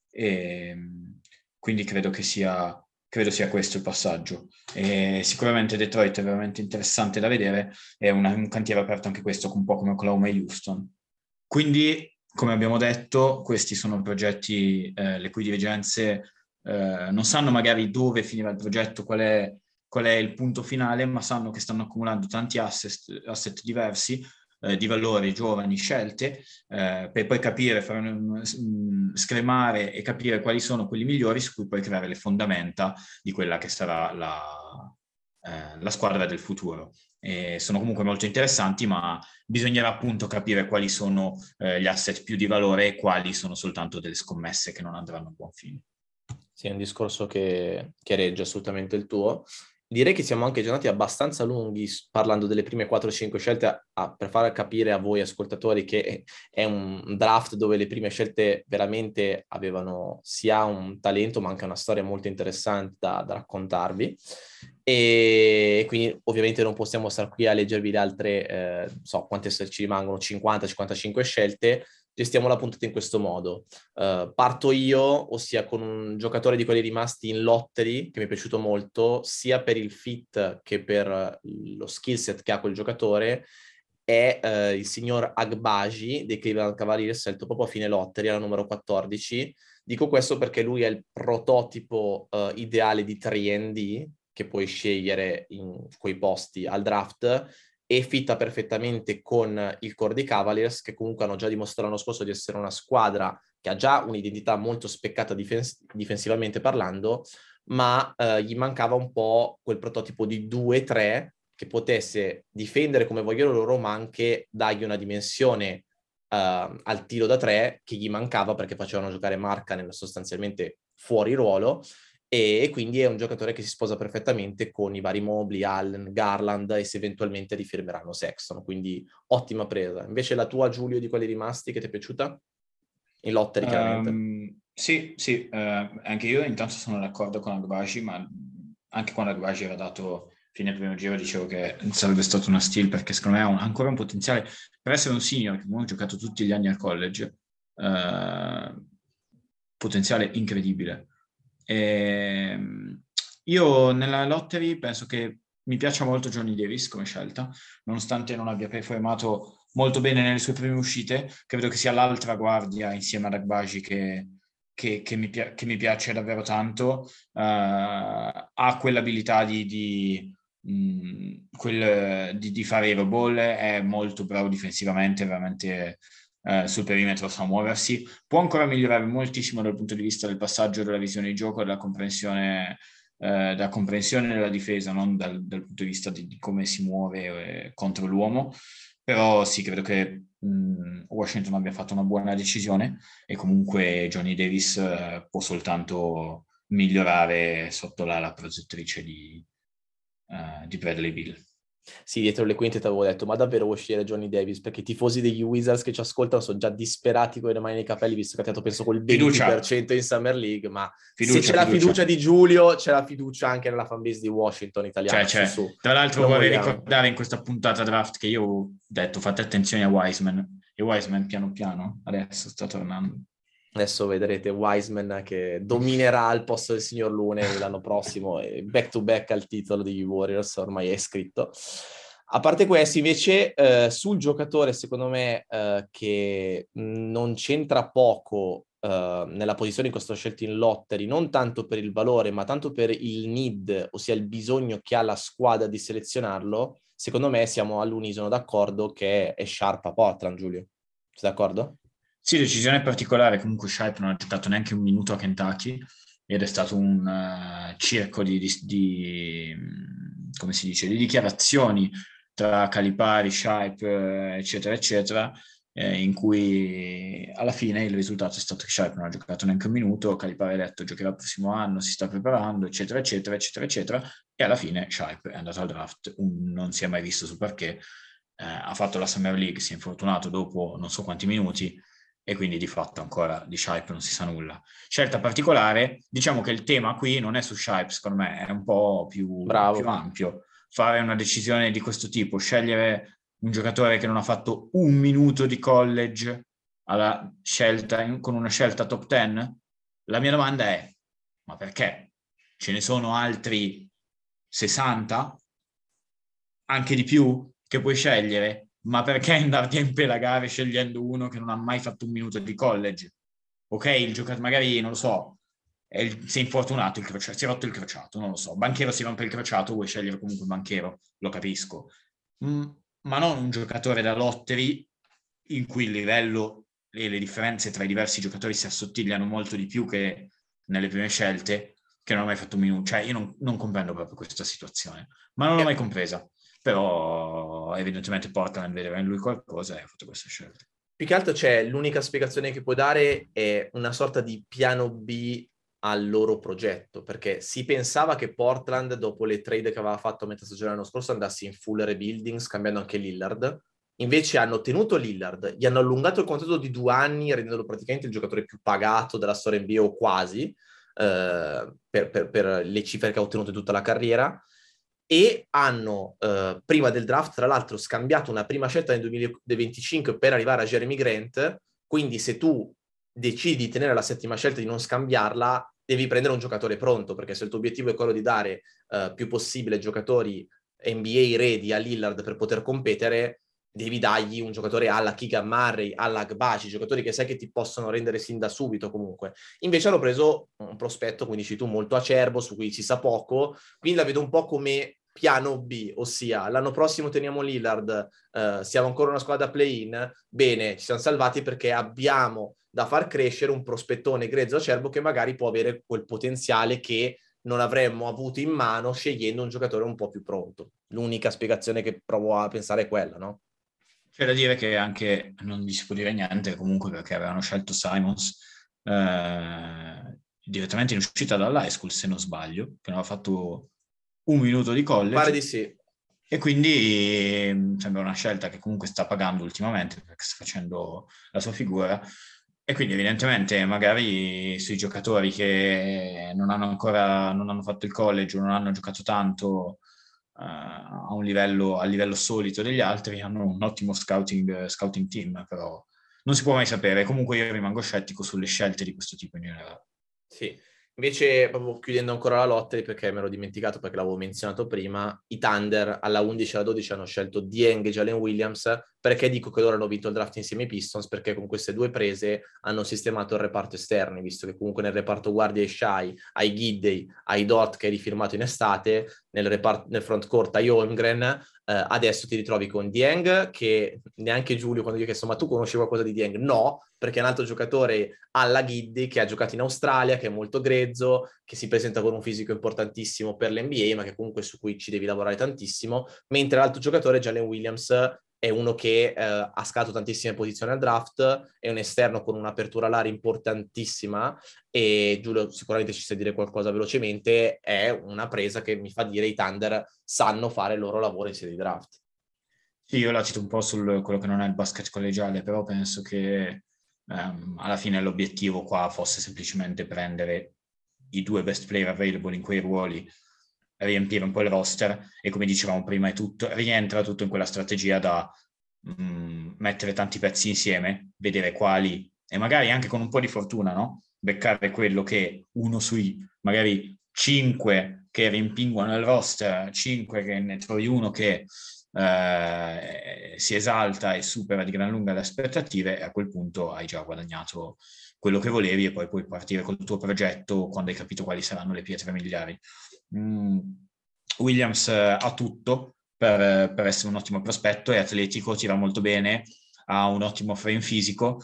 E quindi credo che sia, credo sia questo il passaggio. E sicuramente Detroit è veramente interessante da vedere, è una, un cantiere aperto anche questo, un po' come Oklahoma e Houston. Quindi, come abbiamo detto, questi sono progetti eh, le cui dirigenze eh, non sanno magari dove finirà il progetto, qual è, qual è il punto finale, ma sanno che stanno accumulando tanti asset, asset diversi, eh, di valori, giovani, scelte, eh, per poi capire, fare un, un, scremare e capire quali sono quelli migliori su cui poi creare le fondamenta di quella che sarà la, eh, la squadra del futuro. E sono comunque molto interessanti, ma bisognerà appunto capire quali sono eh, gli asset più di valore e quali sono soltanto delle scommesse che non andranno a buon fine. Sì, è un discorso che, che regge assolutamente il tuo. Direi che siamo anche giornati abbastanza lunghi parlando delle prime quattro cinque scelte a, a, per far capire a voi ascoltatori che è un draft dove le prime scelte veramente avevano sia un talento ma anche una storia molto interessante da, da raccontarvi, e quindi ovviamente non possiamo stare qui a leggervi le altre, eh, so quante ci rimangono, cinquanta cinquantacinque scelte. Gestiamo la puntata in questo modo. Uh, parto io, ossia con un giocatore di quelli rimasti in lottery, che mi è piaciuto molto, sia per il fit che per lo skill set che ha quel giocatore, è uh, il signor Agbaji dei Cleveland Cavaliers, scelto proprio a fine lottery, alla numero quattordici. Dico questo perché lui è il prototipo uh, ideale di tre and D che puoi scegliere in quei posti al draft e fitta perfettamente con il core dei Cavaliers, che comunque hanno già dimostrato l'anno scorso di essere una squadra che ha già un'identità molto speccata difens- difensivamente parlando, ma uh, gli mancava un po' quel prototipo di due tre che potesse difendere come vogliono loro, ma anche dargli una dimensione Uh, al tiro da tre che gli mancava perché facevano giocare Markkanen sostanzialmente fuori ruolo, e, e quindi è un giocatore che si sposa perfettamente con i vari Mobley, Allen, Garland, e se eventualmente rifirmeranno Sexton, quindi ottima presa. Invece la tua, Giulio, di quelli rimasti, che ti è piaciuta? In lottery chiaramente. Um, sì, sì, uh, anche io intanto sono d'accordo con Agbaji, ma anche quando Agbaji era dato fine primo giro dicevo che sarebbe stato una steal, perché secondo me ha un, ancora un potenziale per essere un senior che non ha giocato tutti gli anni al college, uh, potenziale incredibile. E, io nella lottery penso che mi piaccia molto Johnny Davis come scelta, nonostante non abbia performato molto bene nelle sue prime uscite. Credo che sia l'altra guardia insieme ad Agbaji che, che, che, mi, che mi piace davvero tanto. Uh, ha quell'abilità di, di, mh, quel, di, di fare i roll ball, è molto bravo difensivamente, veramente uh, sul perimetro sa muoversi. Può ancora migliorare moltissimo dal punto di vista del passaggio, della visione di gioco, della comprensione Uh, da comprensione della difesa, non dal, dal punto di vista di, di come si muove eh, contro l'uomo. Però sì, credo che mh, Washington abbia fatto una buona decisione e comunque Johnny Davis uh, può soltanto migliorare sotto la, la progettrice di, uh, di Bradley Beal. Sì, dietro le quinte ti avevo detto, ma davvero vuoi scegliere Johnny Davis? Perché i tifosi degli Wizards che ci ascoltano sono già disperati con le mani nei capelli, visto che ha dato penso col venti per cento in Summer League, ma fiducia, se c'è fiducia. La fiducia di Giulio, c'è la fiducia anche nella fanbase di Washington italiana. Cioè, su, cioè, su. Tra l'altro Non vorrei vogliamo. ricordare in questa puntata draft che io ho detto fate attenzione a Wiseman, e Wiseman piano piano adesso sta tornando. Adesso vedrete Wiseman che dominerà al posto del signor Lune l'anno prossimo, e back to back al titolo degli Warriors, ormai è scritto. A parte questo, invece, eh, sul giocatore, secondo me, eh, che non c'entra poco eh, nella posizione in cui sto scelto in lottery, non tanto per il valore, ma tanto per il need, ossia il bisogno che ha la squadra di selezionarlo, secondo me siamo all'unisono d'accordo che è Sharp a Portland, Giulio. Sei d'accordo? Sì, decisione particolare. Comunque Shipe non ha giocato neanche un minuto a Kentucky ed è stato un uh, circo di, di, di, come si dice, di dichiarazioni tra Calipari, Shipe, eccetera, eccetera, eh, in cui alla fine il risultato è stato che Shipe non ha giocato neanche un minuto, Calipari ha detto giocherà il prossimo anno, si sta preparando, eccetera, eccetera, eccetera, eccetera, e alla fine Shipe è andato al draft, un, non si è mai visto sul parquet, eh, ha fatto la Summer League, si è infortunato dopo non so quanti minuti, e quindi di fatto ancora di Shipe non si sa nulla. Scelta particolare, diciamo che il tema qui non è su Shipe, secondo me, è un po' più, più ampio. Fare una decisione di questo tipo, scegliere un giocatore che non ha fatto un minuto di college alla scelta, con una scelta top dieci, la mia domanda è, ma perché? Ce ne sono altri sessanta? Anche di più? Che puoi scegliere? Ma perché andarti a impelagare scegliendo uno che non ha mai fatto un minuto di college? Ok, il giocatore magari, non lo so, è il, si è infortunato, il crociato, si è rotto il crociato, non lo so. Banchero si rompe il crociato, vuoi scegliere comunque il banchero, lo capisco. Mm, ma non un giocatore da lottery in cui il livello e le differenze tra i diversi giocatori si assottigliano molto di più che nelle prime scelte, che non ho mai fatto un minuto. Cioè, io non, non comprendo proprio questa situazione, ma non l'ho mai compresa. Però evidentemente Portland vedeva in lui qualcosa e ha fatto questa scelta. Più che altro c'è l'unica spiegazione che può dare è una sorta di piano B al loro progetto, perché si pensava che Portland, dopo le trade che aveva fatto a metà stagione l'anno scorso, andasse in full rebuilding, scambiando anche Lillard. Invece hanno tenuto Lillard, gli hanno allungato il contratto di due anni, rendendolo praticamente il giocatore più pagato della storia N B A o quasi, eh, per, per, per le cifre che ha ottenuto in tutta la carriera. E hanno, eh, prima del draft, tra l'altro, scambiato una prima scelta nel duemilaventicinque per arrivare a Jeremy Grant, quindi se tu decidi di tenere la settima scelta e di non scambiarla, devi prendere un giocatore pronto, perché se il tuo obiettivo è quello di dare eh, più possibile giocatori N B A ready a Lillard per poter competere, devi dargli un giocatore alla Keegan Murray, alla Agbaji, giocatori che sai che ti possono rendere sin da subito comunque. Invece hanno preso un prospetto, come dici tu, molto acerbo, su cui si sa poco, quindi la vedo un po' come piano B, ossia l'anno prossimo teniamo Lillard, eh, siamo ancora una squadra play-in, bene, ci siamo salvati perché abbiamo da far crescere un prospettone grezzo acerbo che magari può avere quel potenziale che non avremmo avuto in mano scegliendo un giocatore un po' più pronto. L'unica spiegazione che provo a pensare è quella, no? C'è da dire che anche non gli si può dire niente comunque, perché avevano scelto Simons eh, direttamente in uscita dall'high school, se non sbaglio, che non aveva fatto un minuto di college. Pare di sì. E quindi mh, sembra una scelta che comunque sta pagando ultimamente, perché sta facendo la sua figura. E quindi evidentemente magari sui giocatori che non hanno ancora non hanno fatto il college o non hanno giocato tanto uh, a un livello, a livello solito degli altri, hanno un ottimo scouting, scouting team, però non si può mai sapere. Comunque io rimango scettico sulle scelte di questo tipo in generale. Sì, invece proprio chiudendo ancora la lottery, perché me l'ho dimenticato perché l'avevo menzionato prima, i Thunder alla undici e alla dodici hanno scelto Dieng e Jalen Williams. Perché dico che loro hanno vinto il draft insieme ai Pistons? Perché con queste due prese hanno sistemato il reparto esterni, visto che comunque nel reparto guardia hai Shai, hai Giddey, hai Dort che hai rifirmato in estate, nel, repart- nel front court hai Holmgren. Uh, adesso ti ritrovi con Dieng, che neanche Giulio, quando gli ho chiesto ma tu conosci qualcosa di Dieng? No, perché è un altro giocatore alla Giddey che ha giocato in Australia, che è molto grezzo, che si presenta con un fisico importantissimo per l'N B A, ma che comunque su cui ci devi lavorare tantissimo, mentre l'altro giocatore, Jalen Williams, è uno che eh, ha scalato tantissime posizioni al draft, è un esterno con un'apertura all'aria importantissima, e Giulio sicuramente ci sa dire qualcosa velocemente, è una presa che mi fa dire i Thunder sanno fare il loro lavoro in sede di draft. Sì, io la cito un po' su quello che non è il basket collegiale, però penso che um, alla fine l'obiettivo qua fosse semplicemente prendere i due best player available in quei ruoli, riempire un po' il roster, e come dicevamo prima è tutto, rientra tutto in quella strategia da um, mettere tanti pezzi insieme, vedere quali, e magari anche con un po' di fortuna, no? Beccare quello che uno sui magari cinque che rimpinguano il roster, cinque che ne trovi uno che eh, si esalta e supera di gran lunga le aspettative, e a quel punto hai già guadagnato quello che volevi e poi puoi partire col tuo progetto quando hai capito quali saranno le pietre miliari. Mm, Williams eh, ha tutto per, per essere un ottimo prospetto, è atletico, tira molto bene, ha un ottimo frame fisico,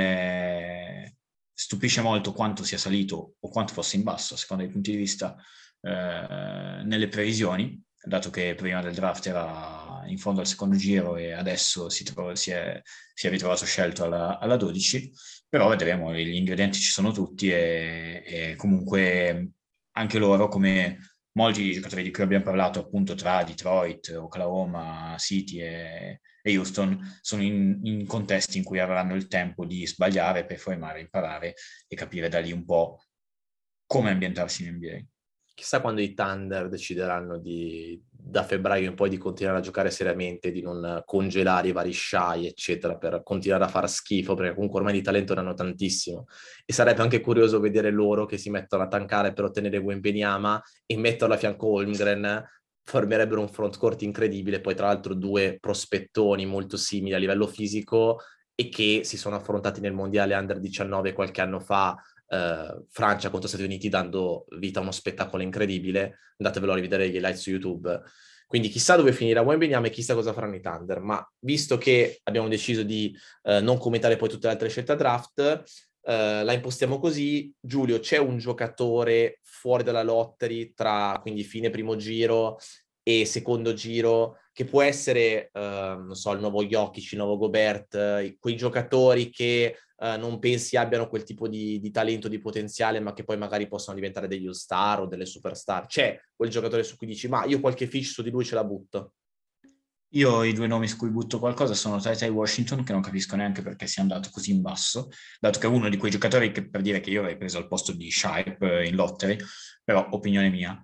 eh, stupisce molto quanto sia salito o quanto fosse in basso, a seconda dei punti di vista, eh, nelle previsioni, dato che prima del draft era in fondo al secondo giro e adesso si, trova, si, è, si è ritrovato scelto alla, alla dodici, però vedremo, gli ingredienti ci sono tutti e, e comunque anche loro, come molti giocatori di cui abbiamo parlato appunto tra Detroit, Oklahoma City e, e Houston, sono in, in contesti in cui avranno il tempo di sbagliare per formare, imparare e capire da lì un po' come ambientarsi in N B A. Chissà quando i Thunder decideranno di, da febbraio in poi, di continuare a giocare seriamente, di non congelare i vari Shai, eccetera, per continuare a far schifo, perché comunque ormai di talento ne hanno tantissimo. E sarebbe anche curioso vedere loro che si mettono a tankare per ottenere Wembanyama e metterlo a fianco Holmgren, formerebbero un front court incredibile. Poi tra l'altro due prospettoni molto simili a livello fisico e che si sono affrontati nel mondiale under diciannove qualche anno fa, Uh, Francia contro Stati Uniti, dando vita a uno spettacolo incredibile. Andatevelo a rivedere gli highlights su YouTube. Quindi chissà dove finirà Wembanyama e chissà cosa faranno i Thunder, ma visto che abbiamo deciso di uh, non commentare poi tutte le altre scelte a draft, uh, la impostiamo così. Giulio, c'è un giocatore fuori dalla lottery tra quindi fine primo giro e secondo giro che può essere, uh, non so, il nuovo Jokic, il nuovo Gobert, uh, quei giocatori che Uh, non pensi abbiano quel tipo di, di talento, di potenziale, ma che poi magari possono diventare degli all-star o delle superstar? C'è quel giocatore su cui dici, ma io qualche fiche su di lui ce la butto? Io i due nomi su cui butto qualcosa sono Ty Ty Washington, che non capisco neanche perché sia andato così in basso, dato che è uno di quei giocatori che, per dire che io avrei preso al posto di Shipe in lottery, però opinione mia.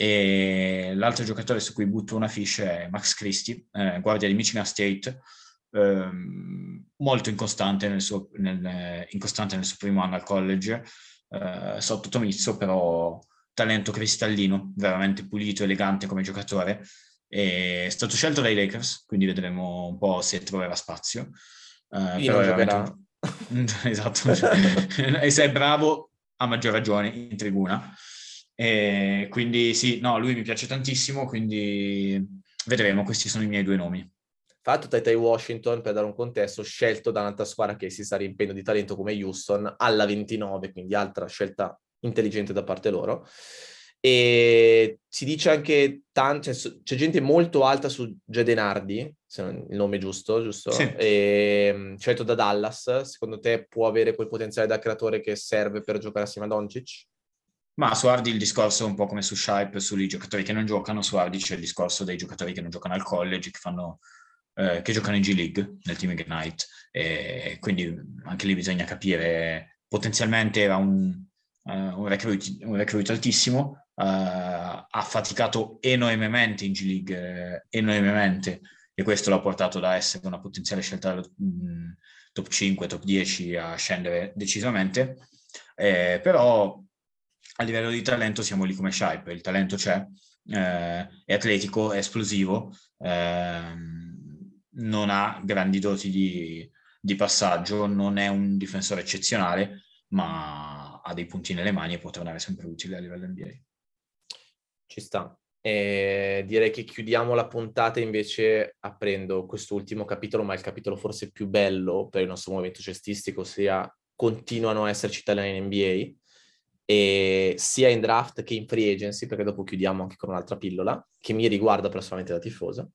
E l'altro giocatore su cui butto una fiche è Max Christie, eh, guardia di Michigan State, ehm, molto incostante nel, suo, nel, incostante nel suo primo anno al college, eh, sotto Tomizzo, però talento cristallino, veramente pulito, elegante come giocatore. è stato scelto dai Lakers, quindi vedremo un po' se troverà spazio. Uh, Quindi però non è veramente giocherà. un... esatto, e se è bravo a maggior ragione in tribuna. E quindi sì, no, lui mi piace tantissimo, quindi vedremo, questi sono i miei due nomi. Fatto Tai Tai Washington, per dare un contesto, scelto da un'altra squadra che si sta riempiendo di talento come Houston, alla ventinove, quindi altra scelta intelligente da parte loro. E si dice anche tanto, cioè, c'è gente molto alta su Jaden Hardy, se non il nome è giusto, giusto? Sì. E, scelto da Dallas, secondo te può avere quel potenziale da creatore che serve per giocare assieme a Doncic? Ma su Hardy il discorso è un po' come su Shipe, sui giocatori che non giocano, su Hardy c'è il discorso dei giocatori che non giocano al college, che fanno eh, che giocano in G League, nel Team Ignite, e quindi anche lì bisogna capire, potenzialmente era un, uh, un, recruit, un recruit altissimo, uh, ha faticato enormemente in G League, eh, enormemente, e questo l'ha portato da essere una potenziale scelta mh, top cinque, top dieci a scendere decisamente, eh, però a livello di talento siamo lì come Shipe, il talento c'è, eh, è atletico, è esplosivo, ehm, non ha grandi doti di, di passaggio, non è un difensore eccezionale, ma ha dei punti nelle mani e può tornare sempre utile a livello N B A. Ci sta. E direi che chiudiamo la puntata invece aprendo quest'ultimo capitolo, ma il capitolo forse più bello per il nostro movimento cestistico, ossia continuano a esserci italiani in N B A, e sia in draft che in free agency, perché dopo chiudiamo anche con un'altra pillola che mi riguarda personalmente da tifosa.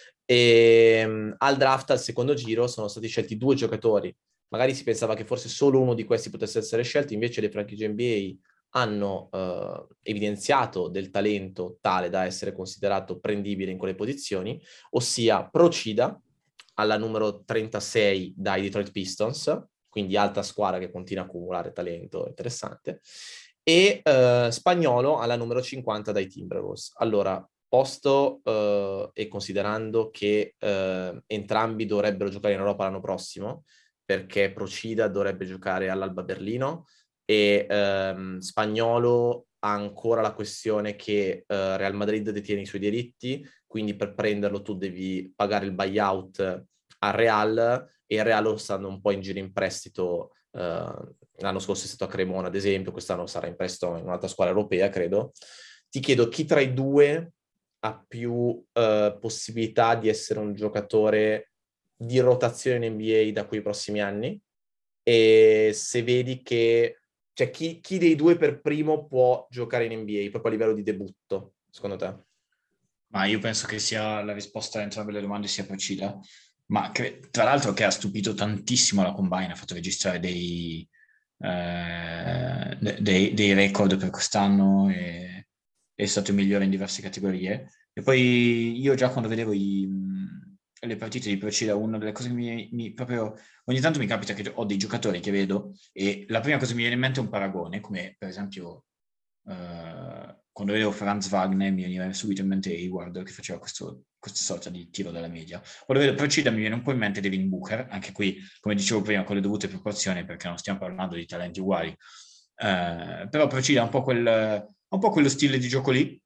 E um, al draft, al secondo giro, sono stati scelti due giocatori. Magari si pensava che forse solo uno di questi potesse essere scelto, invece le franchigie N B A hanno eh, evidenziato del talento tale da essere considerato prendibile in quelle posizioni, ossia Procida alla numero trentasei dai Detroit Pistons, quindi altra squadra che continua a accumulare talento interessante, e eh, Spagnolo alla numero cinquanta dai Timberwolves. Allora, posto eh, e considerando che eh, entrambi dovrebbero giocare in Europa l'anno prossimo, perché Procida dovrebbe giocare all'Alba Berlino e ehm, Spagnolo ha ancora la questione che eh, Real Madrid detiene i suoi diritti, quindi per prenderlo tu devi pagare il buyout al Real, e il Real lo stanno un po' in giro in prestito. Uh, l'anno scorso è stato a Cremona, ad esempio, quest'anno sarà in prestito in un'altra squadra europea, credo. Ti chiedo chi tra i due ha più uh, possibilità di essere un giocatore di rotazione in N B A da quei prossimi anni, e se vedi che, cioè, chi, chi dei due per primo può giocare in N B A, proprio a livello di debutto, secondo te? Ma io penso che sia la risposta a entrambe le domande sia Procida, ma che, tra l'altro che ha stupito tantissimo la Combine, ha fatto registrare dei, eh, dei, dei record per quest'anno e è stato il migliore in diverse categorie. E poi io già quando vedevo i, le partite di Procida, una delle cose che mi, mi proprio ogni tanto mi capita che ho dei giocatori che vedo e la prima cosa che mi viene in mente è un paragone, come per esempio Uh, quando vedevo Franz Wagner mi veniva subito in mente Hayward che faceva questo, questa sorta di tiro dalla media. Quando vedo Procida mi viene un po' in mente Devin Booker, anche qui, come dicevo prima, con le dovute proporzioni, perché non stiamo parlando di talenti uguali. Uh, però Procida ha un po' quel, un po' quello stile di gioco lì,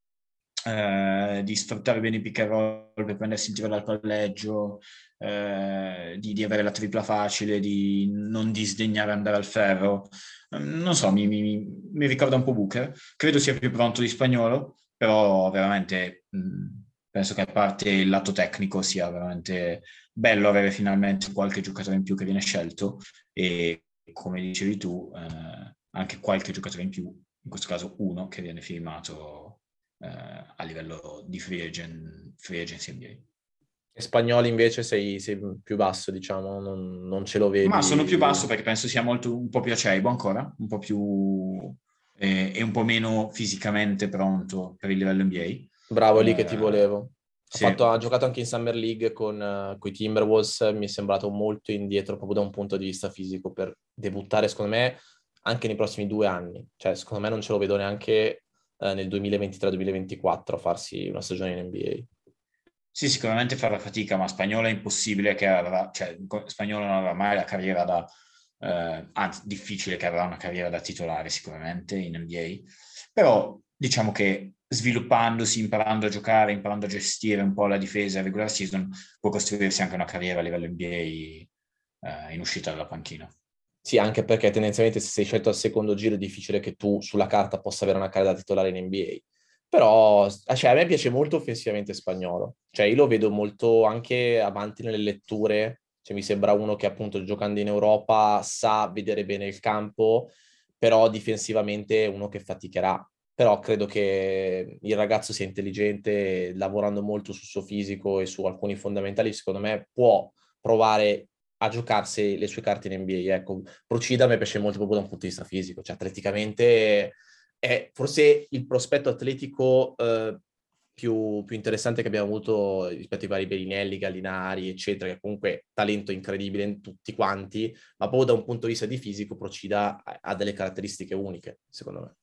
uh, di sfruttare bene i pick and roll per prendersi il tiro dal palleggio, uh, di, di avere la tripla facile, di non disdegnare andare al ferro. Non so, mi, mi, mi ricorda un po' Booker, credo sia più pronto di Spagnolo, però veramente mh, penso che a parte il lato tecnico sia veramente bello avere finalmente qualche giocatore in più che viene scelto e, come dicevi tu, eh, anche qualche giocatore in più, in questo caso uno, che viene firmato eh, a livello di free, agent, free agency N B A. E Spagnoli invece sei, sei più basso, diciamo, non, non ce lo Ma sono più vedi. basso perché penso sia molto, un po' più acerbo ancora, un po' più eh, e un po' meno fisicamente pronto per il livello N B A. Bravo, è lì che ti Eh, volevo. Ha, fatto, sì. ha giocato anche in Summer League con uh, i Timberwolves, mi è sembrato molto indietro proprio da un punto di vista fisico per debuttare, secondo me, anche nei prossimi due anni. Cioè, secondo me non ce lo vedo neanche uh, nel duemilaventitré duemilaventiquattro a farsi una stagione in N B A. Sì, sicuramente farà fatica, ma Spagnolo è impossibile che avrà, cioè Spagnolo non avrà mai la carriera da, eh, anzi difficile che avrà una carriera da titolare sicuramente in N B A, però diciamo che sviluppandosi, imparando a giocare, imparando a gestire un po' la difesa e regular season, può costruirsi anche una carriera a livello N B A eh, in uscita dalla panchina. Sì, anche perché tendenzialmente se sei scelto al secondo giro è difficile che tu sulla carta possa avere una carriera da titolare in N B A. Però, cioè, a me piace molto offensivamente Spagnolo. Cioè, io lo vedo molto anche avanti nelle letture. Cioè, mi sembra uno che appunto giocando in Europa sa vedere bene il campo, però difensivamente è uno che faticherà. Però credo che il ragazzo sia intelligente, lavorando molto sul suo fisico e su alcuni fondamentali, secondo me può provare a giocarsi le sue carte in N B A. Ecco, Procida a me piace molto proprio da un punto di vista fisico, cioè atleticamente è forse il prospetto atletico eh, più, più interessante che abbiamo avuto rispetto ai vari Bellinelli, Gallinari, eccetera, che comunque talento incredibile in tutti quanti, ma proprio da un punto di vista di fisico Procida ha, ha delle caratteristiche uniche, secondo me.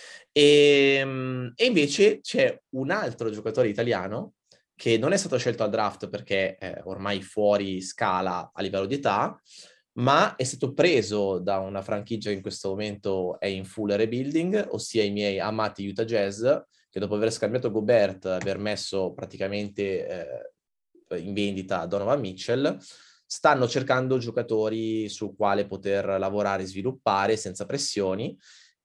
E, e invece c'è un altro giocatore italiano che non è stato scelto al draft perché è ormai fuori scala a livello di età, ma è stato preso da una franchigia che in questo momento è in full rebuilding, ossia i miei amati Utah Jazz, che dopo aver scambiato Gobert, aver messo praticamente eh, in vendita Donovan Mitchell, stanno cercando giocatori sul quale poter lavorare e sviluppare senza pressioni,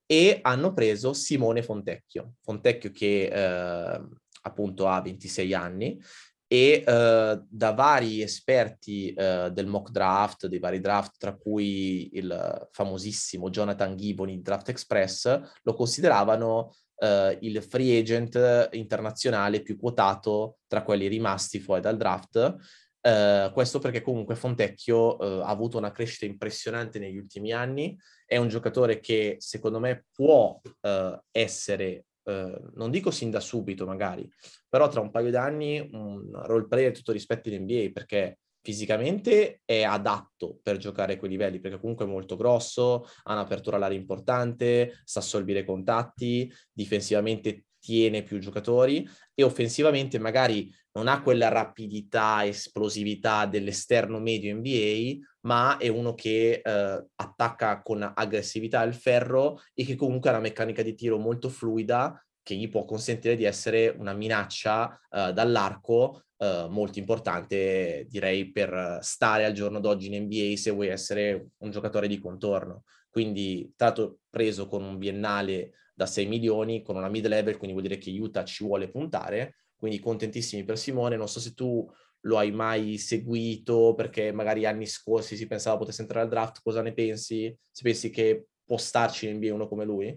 e hanno preso Simone Fontecchio. Fontecchio che eh, appunto ha ventisei anni e eh, da vari esperti eh, del mock draft, dei vari draft, tra cui il famosissimo Jonathan Gibbon in Draft Express, lo consideravano eh, il free agent internazionale più quotato tra quelli rimasti fuori dal draft. Uh, questo perché comunque Fontecchio uh, ha avuto una crescita impressionante negli ultimi anni, è un giocatore che secondo me può uh, essere, uh, non dico sin da subito magari, però tra un paio d'anni un role player tutto rispetto in N B A, perché fisicamente è adatto per giocare a quei livelli, perché comunque è molto grosso, ha un'apertura all'area importante, sa assorbire contatti, difensivamente tiene più giocatori e offensivamente magari non ha quella rapidità, esplosività dell'esterno medio N B A, ma è uno che eh, attacca con aggressività il ferro e che comunque ha una meccanica di tiro molto fluida che gli può consentire di essere una minaccia eh, dall'arco eh, molto importante, direi, per stare al giorno d'oggi in N B A se vuoi essere un giocatore di contorno. Quindi, stato preso con un biennale da sei milioni, con una mid-level, quindi vuol dire che Utah ci vuole puntare, quindi contentissimi per Simone. Non so se tu lo hai mai seguito, perché magari anni scorsi si pensava potesse entrare al draft, cosa ne pensi? Se pensi che può starci in N B A uno come lui?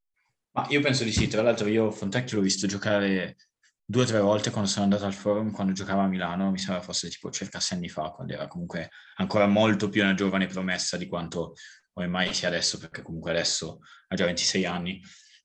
Ma io penso di sì, tra l'altro io Fontecchio l'ho visto giocare due o tre volte quando sono andato al Forum, quando giocava a Milano, mi sembra fosse tipo circa sei anni fa, quando era comunque ancora molto più una giovane promessa di quanto ormai sia adesso, perché comunque adesso ha già ventisei anni.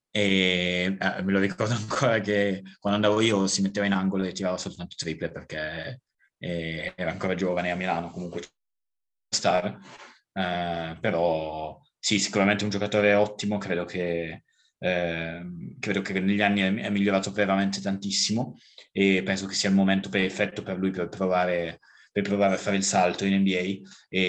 E eh, me lo ricordo ancora che quando andavo io si metteva in angolo e tirava soltanto triple perché eh, era ancora giovane a Milano, comunque star. Eh, però sì, sicuramente un giocatore ottimo, credo che, eh, credo che negli anni è, è migliorato veramente tantissimo e penso che sia il momento perfetto per lui per provare, per provare a fare il salto in N B A.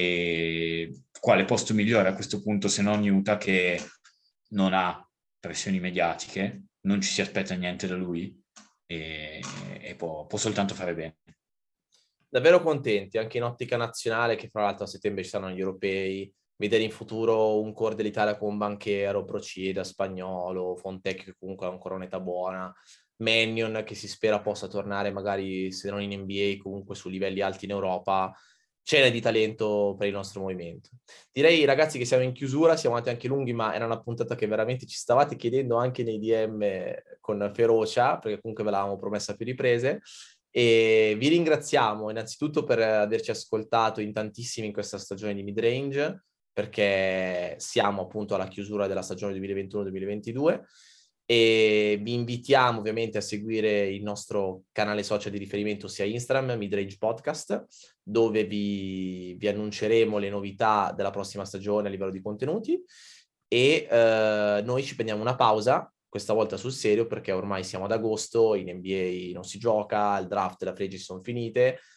E quale posto migliore a questo punto se non Utah, che non ha pressioni mediatiche, non ci si aspetta niente da lui e, e può, può soltanto fare bene. Davvero contenti, anche in ottica nazionale, che fra l'altro a settembre ci saranno gli europei, vedere in futuro un core dell'Italia con Banchero, Procida, Spagnolo, Fontecchio che comunque ha ancora un'età buona, Mannion che si spera possa tornare magari se non in N B A comunque su livelli alti in Europa, cena di talento per il nostro movimento. Direi ragazzi che siamo in chiusura, siamo andati anche lunghi, ma era una puntata che veramente ci stavate chiedendo anche nei D M con ferocia, perché comunque ve l'avevamo promessa a più riprese. E vi ringraziamo innanzitutto per averci ascoltato in tantissimi in questa stagione di midrange, perché siamo appunto alla chiusura della stagione duemilaventuno duemilaventidue e vi invitiamo ovviamente a seguire il nostro canale social di riferimento, sia Instagram, Midrange Podcast, dove vi, vi annunceremo le novità della prossima stagione a livello di contenuti e eh, noi ci prendiamo una pausa questa volta sul serio perché ormai siamo ad agosto, in N B A non si gioca, il draft e la free agency sono finite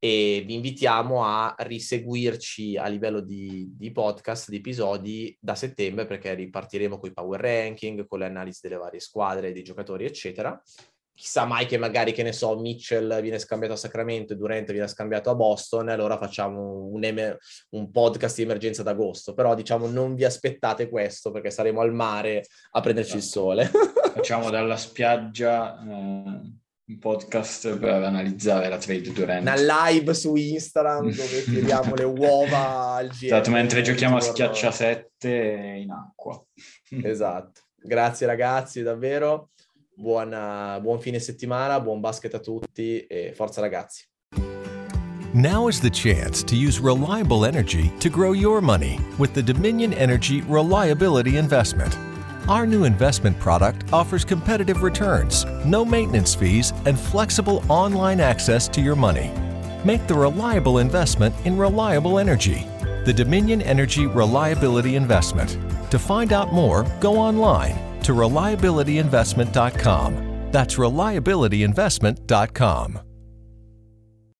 e vi invitiamo a riseguirci a livello di, di podcast, di episodi da settembre, perché ripartiremo con i power ranking, con le analisi delle varie squadre, dei giocatori, eccetera. Chissà mai che magari, che ne so, Mitchell viene scambiato a Sacramento e Durant viene scambiato a Boston, e allora facciamo un, emer- un podcast di emergenza d'agosto. Però diciamo non vi aspettate questo, perché saremo al mare a prenderci esatto. il sole. Facciamo dalla spiaggia eh, un podcast per analizzare la trade Durant. Una live su Instagram dove tiriamo le uova al G M. Esatto, mentre giochiamo a schiacciasette in acqua. Esatto. Grazie ragazzi, davvero. Buona, buon fine settimana, buon basket a tutti e forza ragazzi. Now is the chance to use reliable energy to grow your money with the Dominion Energy Reliability Investment. Our new investment product offers competitive returns, no maintenance fees, and flexible online access to your money. Make the reliable investment in reliable energy. The Dominion Energy Reliability Investment. To find out more, go online to reliability investment dot com. That's reliability investment dot com.